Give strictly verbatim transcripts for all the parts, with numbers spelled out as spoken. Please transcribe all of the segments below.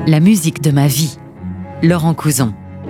La musique de ma vie. Laurent Couzon.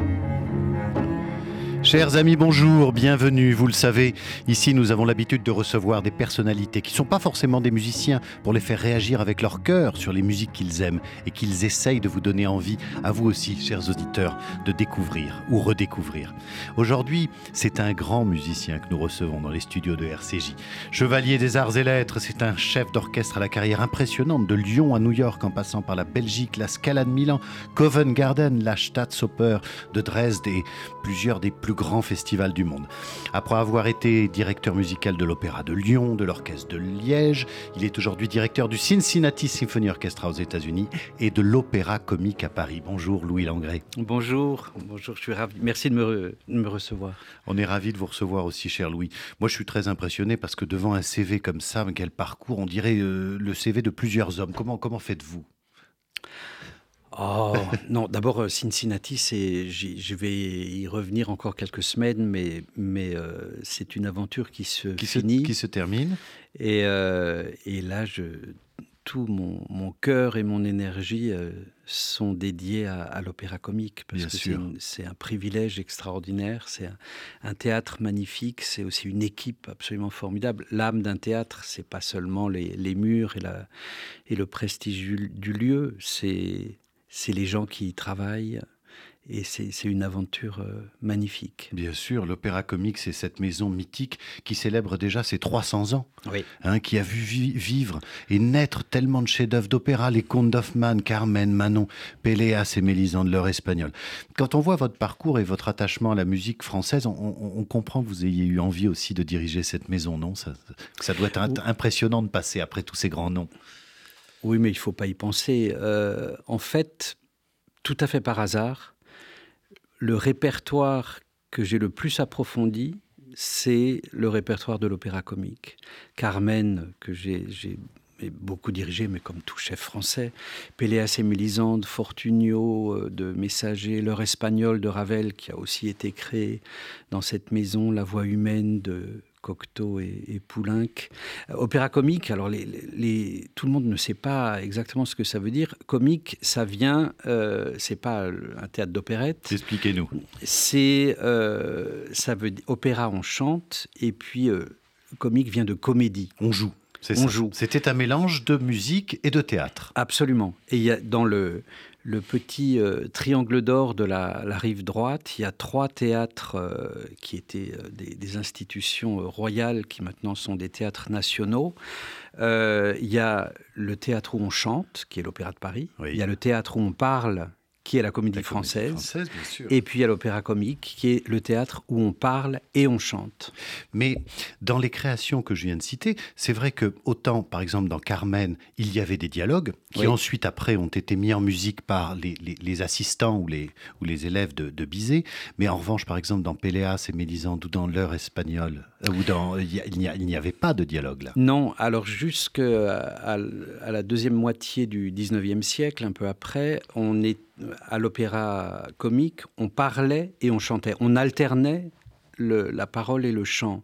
Chers amis, bonjour, bienvenue. Vous le savez, ici nous avons l'habitude de recevoir des personnalités qui ne sont pas forcément des musiciens pour les faire réagir avec leur cœur sur les musiques qu'ils aiment et qu'ils essayent de vous donner envie, à vous aussi, chers auditeurs, de découvrir ou redécouvrir. Aujourd'hui, c'est un grand musicien que nous recevons dans les studios de R C J. Chevalier des arts et lettres, c'est un chef d'orchestre à la carrière impressionnante, de Lyon à New York en passant par la Belgique, la Scala de Milan, Covent Garden, la Staatsoper de Dresde et plusieurs des plus grands festivals du monde. Après avoir été directeur musical de l'Opéra de Lyon, de l'Orchestre de Liège, il est aujourd'hui directeur du Cincinnati Symphony Orchestra aux États-Unis et de l'Opéra Comique à Paris. Bonjour Louis Langret. Bonjour, bonjour, je suis ravi. Merci de me, re, de me recevoir. On est ravis de vous recevoir aussi, cher Louis. Moi, je suis très impressionné parce que devant un C V comme ça, quel parcours, on dirait euh, le C V de plusieurs hommes. Comment, comment faites-vous ? Oh, non, d'abord, euh, Cincinnati, c'est, j'y, je vais y revenir encore quelques semaines, mais, mais euh, c'est une aventure qui se qui finit. Se, qui se termine. Et, euh, et là, je, tout mon, mon cœur et mon énergie euh, sont dédiés à, à l'opéra comique, parce Bien que sûr. c'est, une, c'est un privilège extraordinaire, c'est un, un théâtre magnifique, c'est aussi une équipe absolument formidable. L'âme d'un théâtre, c'est pas seulement les, les murs et, la, et le prestige du, du lieu, c'est... C'est les gens qui y travaillent et c'est, c'est une aventure euh, magnifique. Bien sûr, l'Opéra Comique, c'est cette maison mythique qui célèbre déjà ses trois cents ans, oui. hein, qui a vu vi- vivre et naître tellement de chefs-d'œuvre d'opéra, les contes d'Hoffmann, Carmen, Manon, Péléas et Mélisande, leur espagnol. Quand on voit votre parcours et votre attachement à la musique française, on, on, on comprend que vous ayez eu envie aussi de diriger cette maison, non ? ça, ça doit être int- impressionnant de passer après tous ces grands noms. Oui, mais il ne faut pas y penser. Euh, en fait, tout à fait par hasard, le répertoire que j'ai le plus approfondi, c'est le répertoire de l'opéra comique. Carmen, que j'ai, j'ai beaucoup dirigé, mais comme tout chef français, Péléas et Mélisande, Fortunio de Messager, L'heure espagnole de Ravel, qui a aussi été créé dans cette maison, La voix humaine de Cocteau et, et Poulenc. Opéra comique, alors les, les, tout le monde ne sait pas exactement ce que ça veut dire. Comique, ça vient, euh, c'est pas un théâtre d'opérette. Expliquez-nous. C'est, euh, ça veut dire, opéra on chante, et puis euh, comique vient de comédie. On joue, c'est on ça. joue. C'était un mélange de musique et de théâtre. Absolument. Et il y a dans le Le petit euh, triangle d'or de la, la rive droite, il y a trois théâtres euh, qui étaient euh, des, des institutions euh, royales qui maintenant sont des théâtres nationaux. Euh, il y a le théâtre où on chante, qui est l'Opéra de Paris. Oui. Il y a le théâtre où on parle, qui est la Comédie, la française. Comédie française, bien sûr. Et puis il y a l'Opéra comique, qui est le théâtre où on parle et on chante. Mais dans les créations que je viens de citer, c'est vrai que autant, par exemple, dans Carmen, il y avait des dialogues qui oui. ensuite, après, ont été mis en musique par les, les, les assistants ou les, ou les élèves de, de Bizet. Mais en revanche, par exemple, dans Péléas et Mélisande ou dans L'heure espagnole, euh, où dans, il, y a, il, n'y a, il n'y avait pas de dialogue là. Non, alors jusqu'à à, à la deuxième moitié du dix-neuvième siècle, un peu après, on est à l'opéra comique, on parlait et on chantait. On alternait le, la parole et le chant.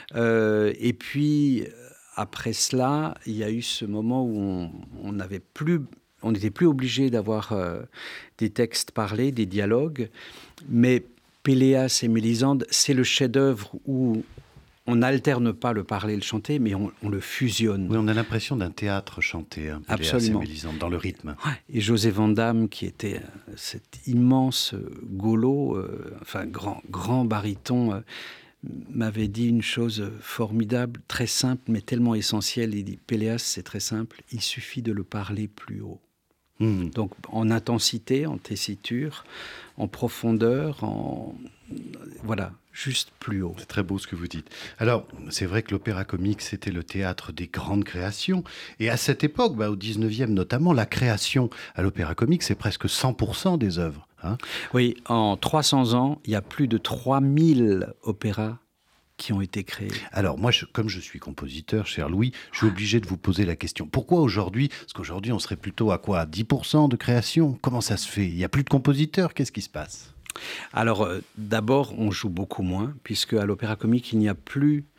Euh, et puis, après cela, il y a eu ce moment où on, on n'avait plus, on n'était plus obligé d'avoir euh, des textes parlés, des dialogues. Mais Péléas et Mélisande, c'est le chef-d'œuvre où on n'alterne pas le parler et le chanter, mais on, on le fusionne. Oui, on a l'impression d'un théâtre chanté, hein, Péléas et Mélisande, dans le rythme. Ouais. Et José Van Damme, qui était euh, cet immense euh, golo, euh, enfin grand, grand baryton, euh, m'avait dit une chose formidable, très simple, mais tellement essentielle. Il dit, Péléas, c'est très simple, il suffit de le parler plus haut. Mmh. Donc en intensité, en tessiture, en profondeur, en... voilà, juste plus haut. C'est très beau ce que vous dites. Alors, c'est vrai que l'opéra comique, c'était le théâtre des grandes créations. Et à cette époque, bah, au dix-neuvième notamment, la création à l'opéra comique, c'est presque cent pour cent des œuvres. Hein. Oui, en trois cents ans, il y a plus de trois mille opéras qui ont été créés. Alors moi, je, comme je suis compositeur, cher Louis, je suis obligé de vous poser la question. Pourquoi aujourd'hui ? Parce qu'aujourd'hui, on serait plutôt à quoi ? À dix pour cent de création ? Comment ça se fait ? Il n'y a plus de compositeurs ? Qu'est-ce qui se passe ? Alors, euh, d'abord, on joue beaucoup moins, puisque à l'opéra comique, il n'y a plus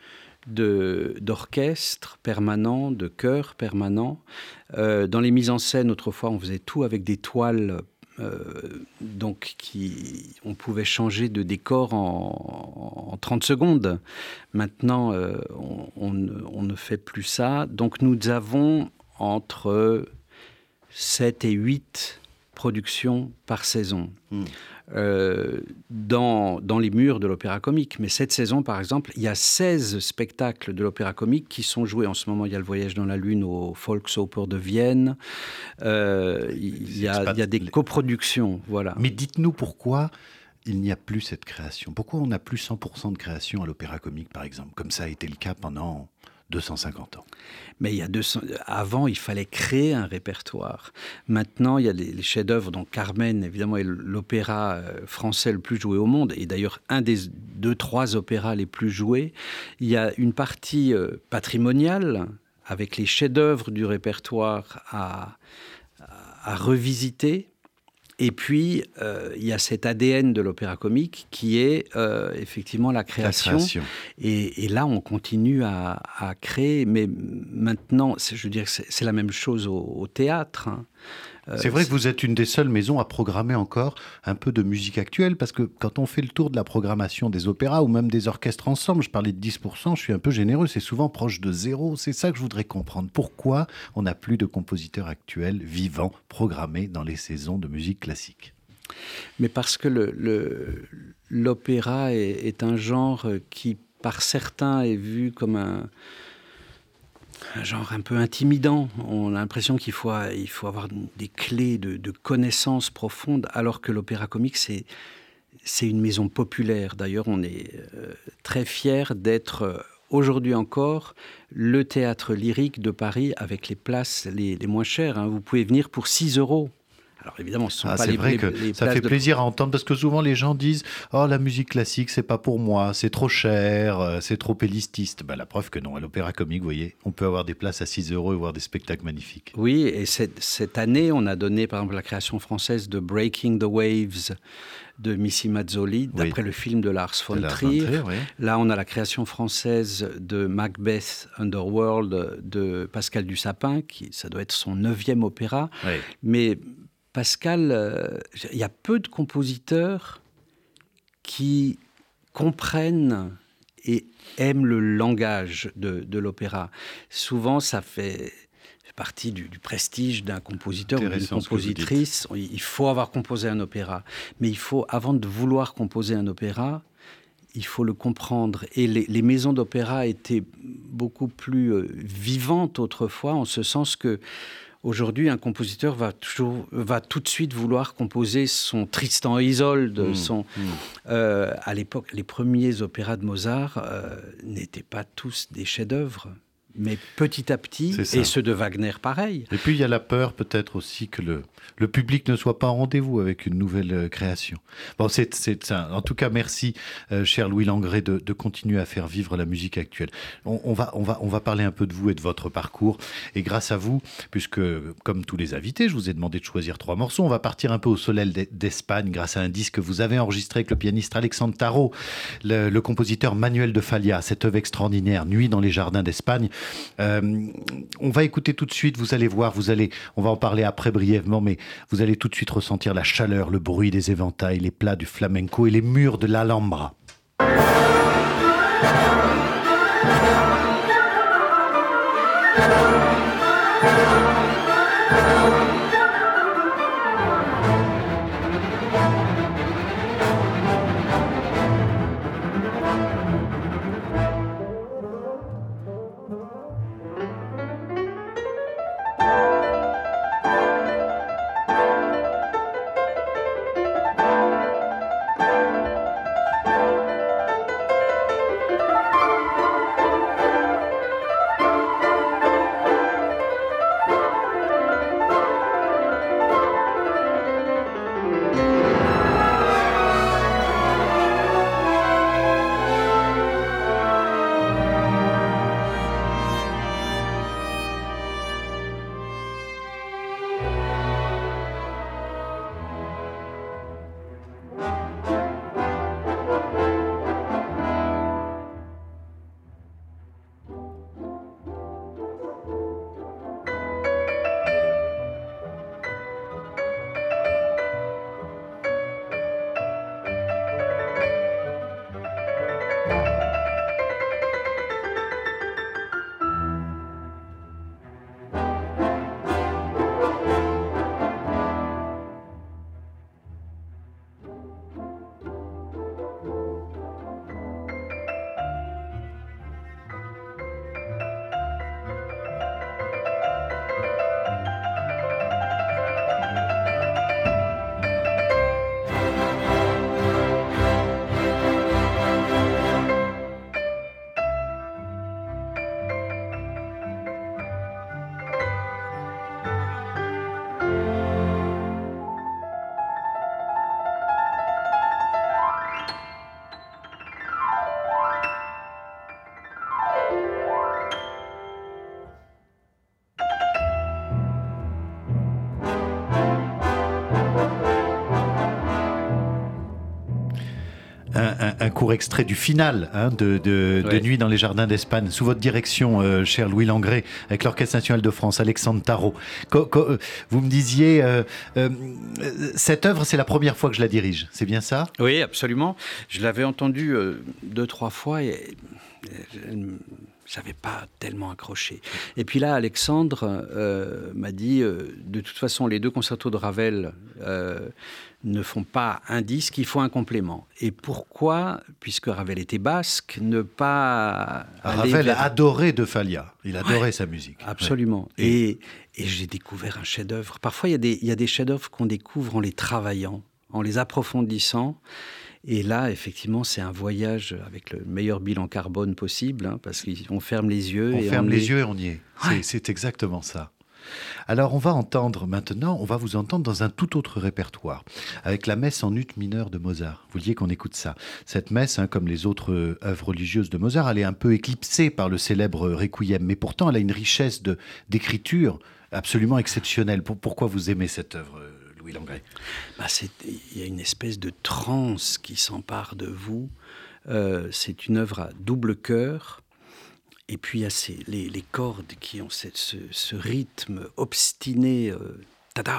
de, d'orchestre permanent, de chœur permanent. Euh, dans les mises en scène, autrefois, on faisait tout avec des toiles. Euh, donc, qui, on pouvait changer de décor en, en trente secondes. Maintenant, euh, on, on, on ne fait plus ça. Donc, nous avons entre sept et huit productions par saison. Mmh. Euh, dans, dans les murs de l'Opéra Comique. Mais cette saison, par exemple, il y a seize spectacles de l'Opéra Comique qui sont joués. En ce moment, il y a le Voyage dans la Lune au Volksoper de Vienne. Euh, il, y a, il y a des coproductions. Voilà. Mais dites-nous pourquoi il n'y a plus cette création. Pourquoi on n'a plus cent pour cent de création à l'Opéra Comique, par exemple, comme ça a été le cas pendant deux cent cinquante ans. Mais il y a deux cents... Avant, il fallait créer un répertoire. Maintenant, il y a les, les chefs-d'œuvre, dont Carmen, évidemment, est l'opéra français le plus joué au monde, et d'ailleurs un des deux, trois opéras les plus joués. Il y a une partie euh, patrimoniale, avec les chefs-d'œuvre du répertoire à, à, à revisiter. Et puis, euh, il y a cet A D N de l'opéra comique qui est euh, effectivement la création. La création. Et, et là, on continue à, à créer. Mais maintenant, c'est, je veux dire, c'est, c'est la même chose au, au théâtre. Hein. Euh, c'est vrai c'est... que vous êtes une des seules maisons à programmer encore un peu de musique actuelle, parce que quand on fait le tour de la programmation des opéras ou même des orchestres ensemble, je parlais de dix pour cent, je suis un peu généreux, c'est souvent proche de zéro. C'est ça que je voudrais comprendre. Pourquoi on n'a plus de compositeurs actuels vivants programmés dans les saisons de musique classique ? Mais parce que le, le, l'opéra est, est un genre qui, par certains, est vu comme un... un genre un peu intimidant. On a l'impression qu'il faut, il faut avoir des clés de, de connaissances profondes, alors que l'opéra comique, c'est, c'est une maison populaire. D'ailleurs, on est euh, très fiers d'être, euh, aujourd'hui encore, le théâtre lyrique de Paris avec les places les, les moins chères. Hein. Vous pouvez venir pour six euros. Alors évidemment, ce sont ah, pas c'est les, vrai les, que les ça fait de... plaisir à entendre, parce que souvent les gens disent « Oh, la musique classique, c'est pas pour moi, c'est trop cher, c'est trop élitiste. » Ben, la preuve que non, à l'opéra comique, vous voyez, on peut avoir des places à six euros et voir des spectacles magnifiques. Oui, et cette, cette année, on a donné par exemple la création française de Breaking the Waves de Missy Mazzoli, d'après oui. le film de Lars von de Trier. Trier oui. Là, on a la création française de Macbeth Underworld de Pascal Dussapin, qui ça doit être son neuvième opéra. Oui. Mais Pascal, euh, il y a peu de compositeurs qui comprennent et aiment le langage de, de l'opéra. Souvent, ça fait partie du, du prestige d'un compositeur ou d'une compositrice. Il faut avoir composé un opéra. Mais il faut, avant de vouloir composer un opéra, il faut le comprendre. Et les, les maisons d'opéra étaient beaucoup plus euh, vivantes autrefois, en ce sens que aujourd'hui, un compositeur va, toujours, va tout de suite vouloir composer son Tristan et Isolde. Mmh, son, mmh. Euh, à l'époque, les premiers opéras de Mozart euh, n'étaient pas tous des chefs-d'œuvre. Mais petit à petit, et ceux de Wagner, pareil. Et puis, il y a la peur peut-être aussi que le, le public ne soit pas en rendez-vous avec une nouvelle euh, création. Bon, c'est, c'est ça. En tout cas, merci, euh, cher Louis Langret, de, de continuer à faire vivre la musique actuelle. On, on, va, on, va, on va parler un peu de vous et de votre parcours. Et grâce à vous, puisque, comme tous les invités, je vous ai demandé de choisir trois morceaux, on va partir un peu au soleil d'Espagne grâce à un disque que vous avez enregistré avec le pianiste Alexandre Tarot, le, le compositeur Manuel de Falla, cette œuvre extraordinaire, Nuit dans les jardins d'Espagne. Euh, on va écouter tout de suite, vous allez voir, vous allez, on va en parler après brièvement, mais vous allez tout de suite ressentir la chaleur, le bruit des éventails, les plats du flamenco et les murs de l'Alhambra. court extrait du final hein, de, de, ouais. de Nuit dans les jardins d'Espagne, sous votre direction, euh, cher Louis Langrée, avec l'Orchestre national de France, Alexandre Tarot. Co- co- vous me disiez, euh, euh, cette œuvre, c'est la première fois que je la dirige, c'est bien ça ? Oui, absolument. Je l'avais entendue euh, deux, trois fois et je n'avais pas tellement accroché. Et puis là, Alexandre euh, m'a dit, euh, de toute façon, les deux concertos de Ravel euh, ne font pas un disque, il faut un complément. Et pourquoi, puisque Ravel était basque, ne pas... Ravel vers... adorait De Falla, il adorait ouais, sa musique. Absolument. Ouais. Et, et j'ai découvert un chef-d'œuvre. Parfois, il y a des, il y a des chefs-d'œuvre qu'on découvre en les travaillant, en les approfondissant. Et là, effectivement, c'est un voyage avec le meilleur bilan carbone possible, hein, parce qu'on ferme les yeux. On et ferme on les est... yeux et on y est. Ouais. C'est, c'est exactement ça. Alors, on va entendre maintenant, on va vous entendre dans un tout autre répertoire, avec la messe en ut mineure de Mozart. Vous vouliez qu'on écoute ça. Cette messe, hein, comme les autres euh, œuvres religieuses de Mozart, elle est un peu éclipsée par le célèbre Requiem, mais pourtant, elle a une richesse de, d'écriture absolument exceptionnelle. Pour, pourquoi vous aimez cette œuvre, Louis Langrée ? Bah, c'est, il y a une espèce de transe qui s'empare de vous. Euh, c'est une œuvre à double chœur. Et puis, il y a ces, les, les cordes qui ont cette, ce, ce rythme obstiné, euh, tada,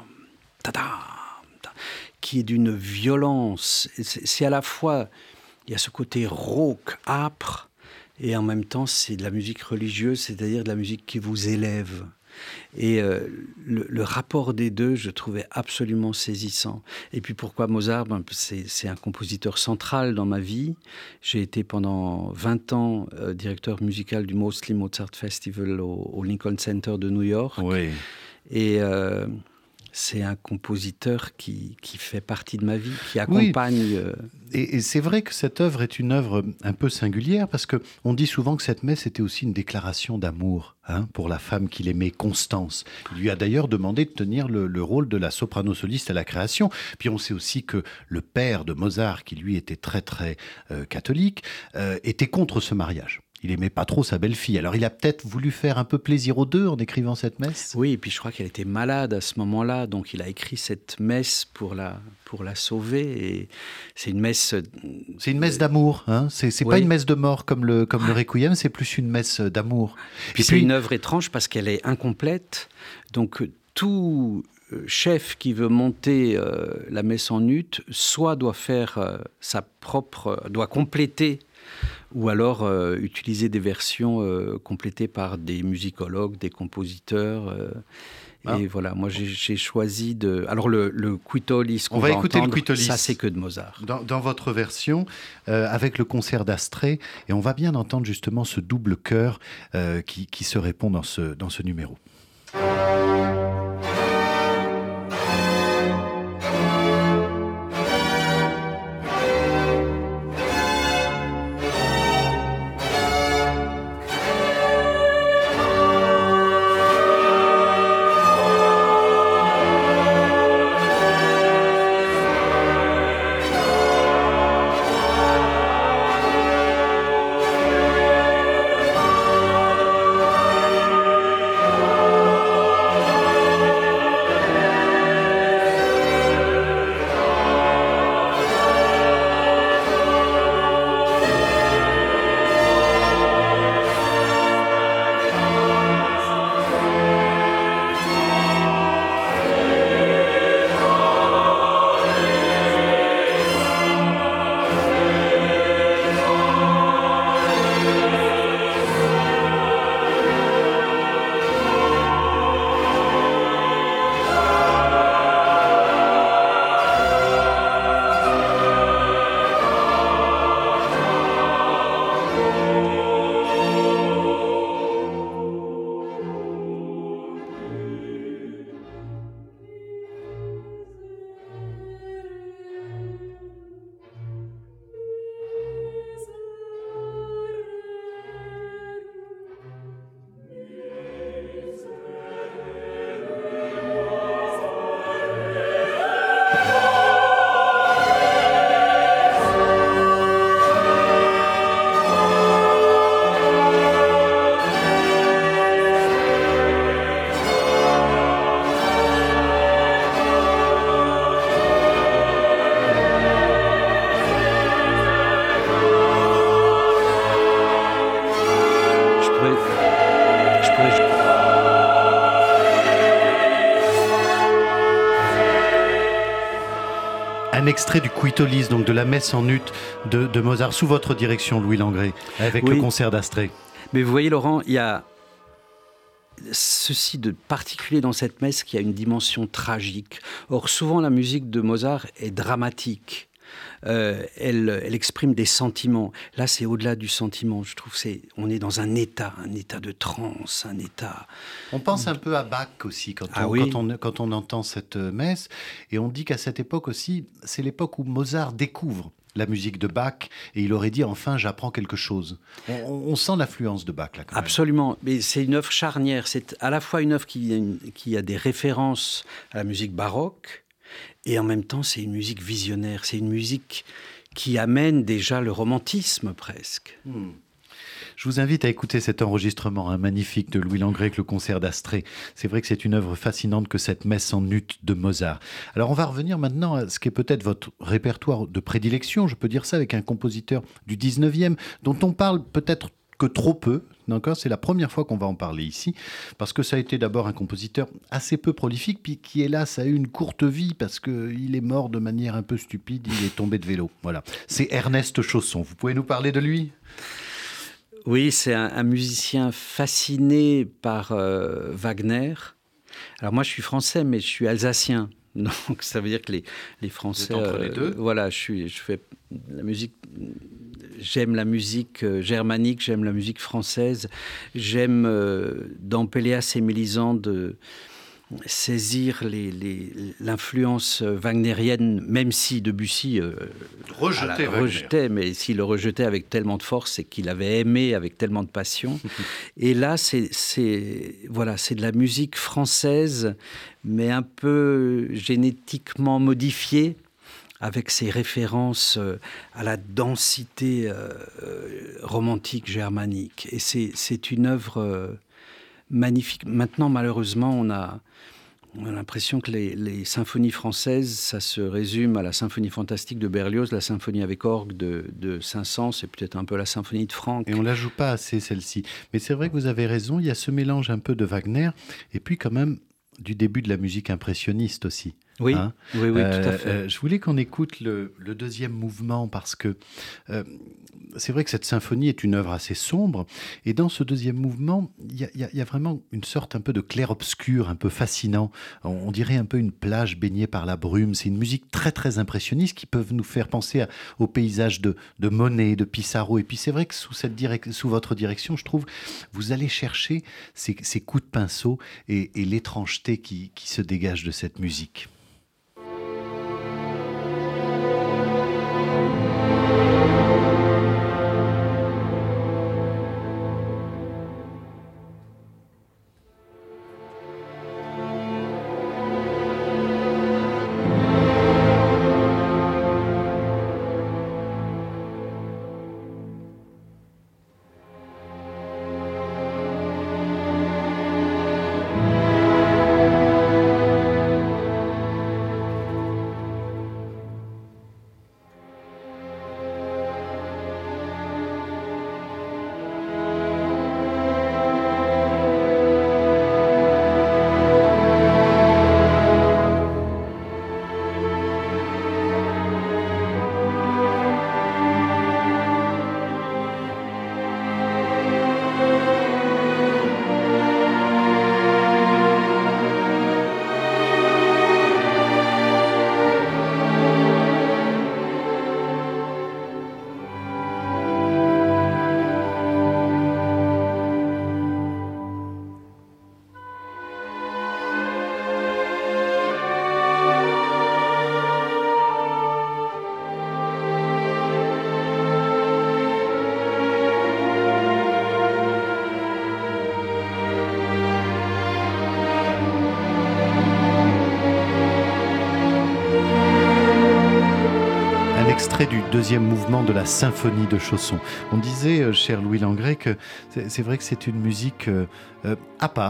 tada, qui est d'une violence. C'est, c'est à la fois, il y a ce côté rauque, âpre, et en même temps, c'est de la musique religieuse, c'est-à-dire de la musique qui vous élève. Et euh, le, le rapport des deux, je trouvais absolument saisissant. Et puis pourquoi Mozart ? Ben, c'est, c'est un compositeur central dans ma vie. J'ai été pendant vingt ans euh, directeur musical du Mostly Mozart Festival au, au Lincoln Center de New York. Oui. Et euh, c'est un compositeur qui, qui fait partie de ma vie, qui accompagne... Oui. Euh... Et, et c'est vrai que cette œuvre est une œuvre un peu singulière, parce qu'on dit souvent que cette messe était aussi une déclaration d'amour hein, pour la femme qu'il aimait, Constance. Il lui a d'ailleurs demandé de tenir le, le rôle de la soprano soliste à la création. Puis on sait aussi que le père de Mozart, qui lui était très très euh, catholique, euh, était contre ce mariage. Il aimait pas trop sa belle-fille. Alors, il a peut-être voulu faire un peu plaisir aux deux en écrivant cette messe. Oui, et puis je crois qu'elle était malade à ce moment-là. Donc, il a écrit cette messe pour la, pour la sauver. Et c'est une messe... C'est une messe d'amour. Hein c'est c'est oui. pas une messe de mort comme le, comme le Requiem, c'est plus une messe d'amour. Puis, et c'est puis... une œuvre étrange parce qu'elle est incomplète. Donc, tout chef qui veut monter euh, la messe en ut, soit doit faire euh, sa propre... doit compléter ou alors euh, utiliser des versions euh, complétées par des musicologues, des compositeurs. Euh, ah. Et voilà, moi j'ai, j'ai choisi de... Alors le, le Quitolis qu'on On va, va écouter entendre, le Quitolis. Ça c'est que de Mozart. Dans, dans votre version, euh, avec le concert d'Astrée, et on va bien entendre justement ce double chœur euh, qui, qui se répond dans ce, dans ce numéro. extrait du Quitolis, donc de la messe en ut de, de Mozart, sous votre direction, Louis Langrée, avec oui. le concert d'Astrée. Mais vous voyez, Laurent, il y a ceci de particulier dans cette messe qui a une dimension tragique. Or, souvent, la musique de Mozart est dramatique. Euh, elle, elle exprime des sentiments. Là, c'est au-delà du sentiment. Je trouve c'est, on est dans un état, un état de transe, un état... On pense un peu à Bach aussi quand on, ah oui. quand on, quand on entend cette messe. Et on dit qu'à cette époque aussi, c'est l'époque où Mozart découvre la musique de Bach, et il aurait dit enfin j'apprends quelque chose. On, on sent l'influence de Bach là quand même. Absolument, mais c'est une œuvre charnière. C'est à la fois une œuvre qui a, une, qui a des références à la musique baroque, et en même temps c'est une musique visionnaire. C'est une musique qui amène déjà le romantisme presque. Hmm. Je vous invite à écouter cet enregistrement hein, magnifique de Louis Langrée avec le concert d'Astrée. C'est vrai que c'est une œuvre fascinante que cette messe en ut de Mozart. Alors on va revenir maintenant à ce qui est peut-être votre répertoire de prédilection, je peux dire ça, avec un compositeur du dix-neuvième dont on parle peut-être que trop peu. D'accord, c'est la première fois qu'on va en parler ici, parce que ça a été d'abord un compositeur assez peu prolifique, puis qui, hélas, a eu une courte vie, parce qu'il est mort de manière un peu stupide, il est tombé de vélo. Voilà. C'est Ernest Chausson. Vous pouvez nous parler de lui ? Oui, c'est un, un musicien fasciné par euh, Wagner. Alors moi, je suis français, mais je suis alsacien. Donc ça veut dire que les, les Français... Vous êtes entre les deux ? euh, Voilà, je, suis, je fais la musique... J'aime la musique euh, germanique, j'aime la musique française. J'aime, euh, dans Péléas et Mélisande, euh, saisir les, les, l'influence wagnérienne, même si Debussy euh, rejetait, la, rejetait, mais s'il le rejetait avec tellement de force, c'est qu'il avait aimé avec tellement de passion. Et là, c'est, c'est, voilà, c'est de la musique française, mais un peu génétiquement modifiée, avec ses références à la densité euh, romantique germanique. Et c'est, c'est une œuvre euh, magnifique. Maintenant, malheureusement, on a... On a l'impression que les, les symphonies françaises, ça se résume à la symphonie fantastique de Berlioz, la symphonie avec orgue de, de Saint-Saëns, c'est peut-être un peu la symphonie de Franck. Et on ne la joue pas assez, celle-ci. Mais c'est vrai que vous avez raison, il y a ce mélange un peu de Wagner, et puis quand même du début de la musique impressionniste aussi. Oui, hein oui, oui, euh, tout à fait. Euh, je voulais qu'on écoute le, le deuxième mouvement, parce que euh, c'est vrai que cette symphonie est une œuvre assez sombre, et dans ce deuxième mouvement, il y, y, y a vraiment une sorte un peu de clair-obscur, un peu fascinant. On, on dirait un peu une plage baignée par la brume. C'est une musique très, très impressionniste qui peut nous faire penser à, aux paysages de, de Monet, de Pissarro. Et puis c'est vrai que sous, cette direc- sous votre direction, je trouve, vous allez chercher ces, ces coups de pinceau et, et l'étrangeté qui, qui se dégage de cette musique. Extrait du deuxième mouvement de la symphonie de Chausson. On disait, euh, cher Louis Langrée, que c'est, c'est vrai que c'est une musique euh, euh, à part,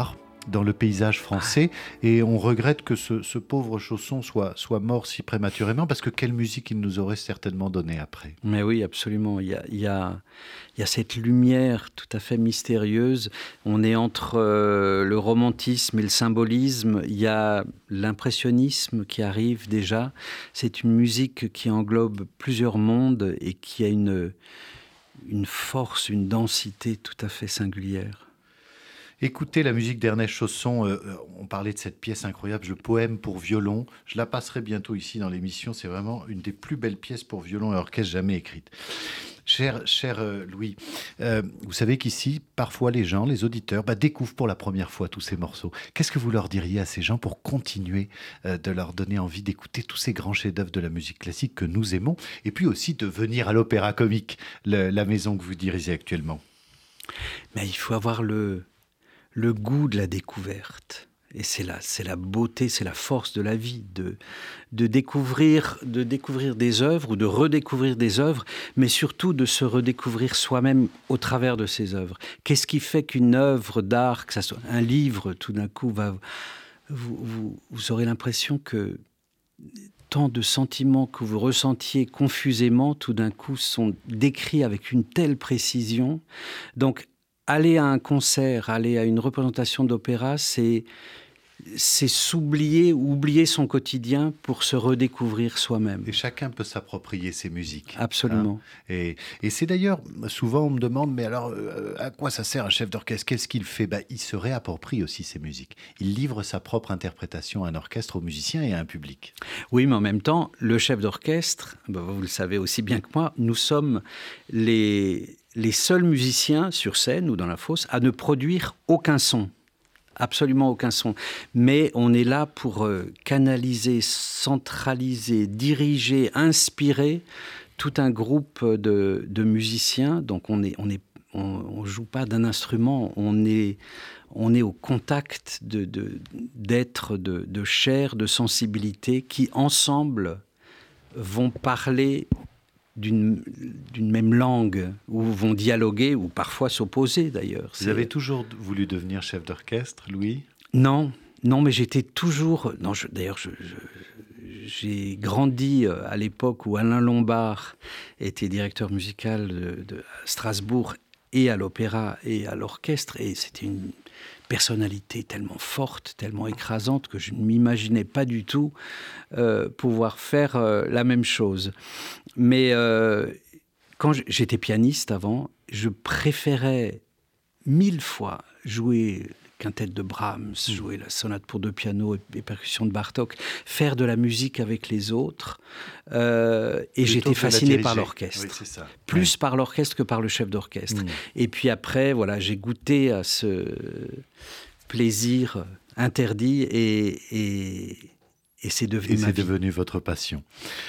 dans le paysage français. Et on regrette que ce, ce pauvre Chausson soit, soit mort si prématurément, parce que quelle musique il nous aurait certainement donnée après. Mais oui, absolument. Il y a, il y a, il y a cette lumière tout à fait mystérieuse. On est entre euh, le romantisme et le symbolisme. Il y a l'impressionnisme qui arrive déjà. C'est une musique qui englobe plusieurs mondes et qui a une, une force, une densité tout à fait singulière. Écoutez la musique d'Ernest Chausson, euh, on parlait de cette pièce incroyable, le poème pour violon. Je la passerai bientôt ici dans l'émission, c'est vraiment une des plus belles pièces pour violon et orchestre jamais écrites. Cher, cher euh, Louis, euh, vous savez qu'ici, parfois les gens, les auditeurs, bah, découvrent pour la première fois tous ces morceaux. Qu'est-ce que vous leur diriez à ces gens pour continuer euh, de leur donner envie d'écouter tous ces grands chefs-d'œuvre de la musique classique que nous aimons, et puis aussi de venir à l'Opéra Comique, le, la maison que vous dirigez actuellement? Mais il faut avoir le... le goût de la découverte. Et c'est la, c'est la beauté, c'est la force de la vie, de, de, découvrir, de découvrir des œuvres ou de redécouvrir des œuvres, mais surtout de se redécouvrir soi-même au travers de ces œuvres. Qu'est-ce qui fait qu'une œuvre d'art, que ça soit un livre, tout d'un coup, va, vous, vous, vous aurez l'impression que tant de sentiments que vous ressentiez confusément, tout d'un coup, sont décrits avec une telle précision. Donc, aller à un concert, aller à une représentation d'opéra, c'est, c'est s'oublier, oublier son quotidien pour se redécouvrir soi-même. Et chacun peut s'approprier ses musiques. Absolument. Hein, et, et c'est d'ailleurs, souvent on me demande, mais alors euh, à quoi ça sert un chef d'orchestre? Qu'est-ce qu'il fait? Bah, il se réapproprie aussi ses musiques. Il livre sa propre interprétation à un orchestre, aux musiciens et à un public. Oui, mais en même temps, le chef d'orchestre, bah, vous le savez aussi bien que moi, nous sommes les... les seuls musiciens sur scène ou dans la fosse à ne produire aucun son, absolument aucun son. Mais on est là pour euh, canaliser, centraliser, diriger, inspirer tout un groupe de, de musiciens. Donc on est, on est, on, on joue pas d'un instrument, on est, on est au contact de, de, d'êtres, de, de chair, de sensibilité qui ensemble vont parler D'une, d'une même langue, ou vont dialoguer, ou parfois s'opposer d'ailleurs. Vous C'est... avez toujours voulu devenir chef d'orchestre, Louis? Non, non, mais j'étais toujours... Non, je, d'ailleurs, je, je, j'ai grandi à l'époque où Alain Lombard était directeur musical de, de Strasbourg, et à l'opéra, et à l'orchestre, et c'était une personnalité tellement forte, tellement écrasante, que je ne m'imaginais pas du tout euh, pouvoir faire euh, la même chose. Mais euh, quand j'étais pianiste avant, je préférais mille fois jouer quintette de Brahms, jouer la sonate pour deux pianos et percussions de Bartók, faire de la musique avec les autres. Euh, et j'étais fasciné par l'orchestre. Oui, c'est ça. Plus ouais. par l'orchestre que par le chef d'orchestre. Mmh. Et puis après, voilà, j'ai goûté à ce plaisir interdit et, et, et c'est devenu et ma c'est vie. devenu votre passion.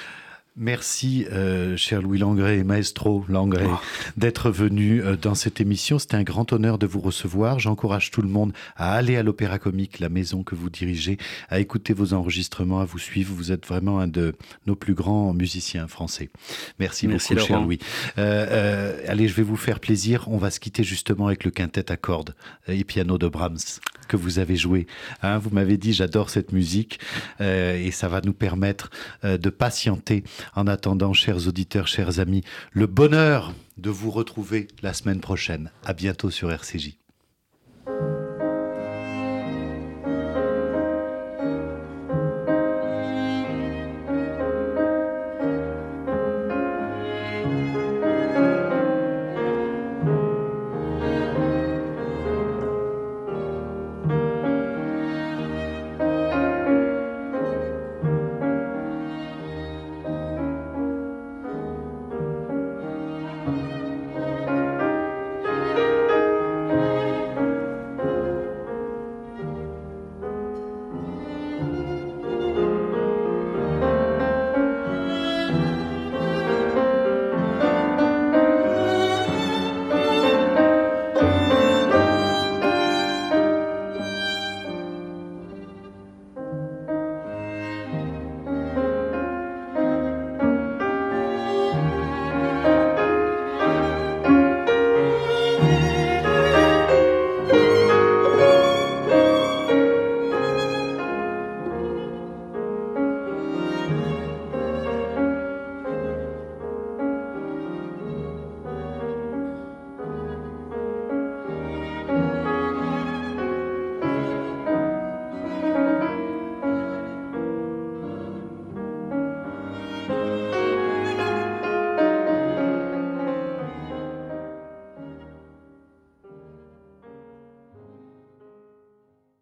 Merci, euh, cher Louis Langret et Maestro Langret, oh. d'être venu euh, dans cette émission. C'était un grand honneur de vous recevoir. J'encourage tout le monde à aller à l'Opéra Comique, la maison que vous dirigez, à écouter vos enregistrements, à vous suivre. Vous êtes vraiment un de nos plus grands musiciens français. Merci, Merci beaucoup, Laurent. Cher Louis. Euh, euh, allez, je vais vous faire plaisir. On va se quitter justement avec le quintet à cordes et piano de Brahms que vous avez joué. Hein, vous m'avez dit, j'adore cette musique euh, et ça va nous permettre euh, de patienter. En attendant, chers auditeurs, chers amis, le bonheur de vous retrouver la semaine prochaine. À bientôt sur R C J.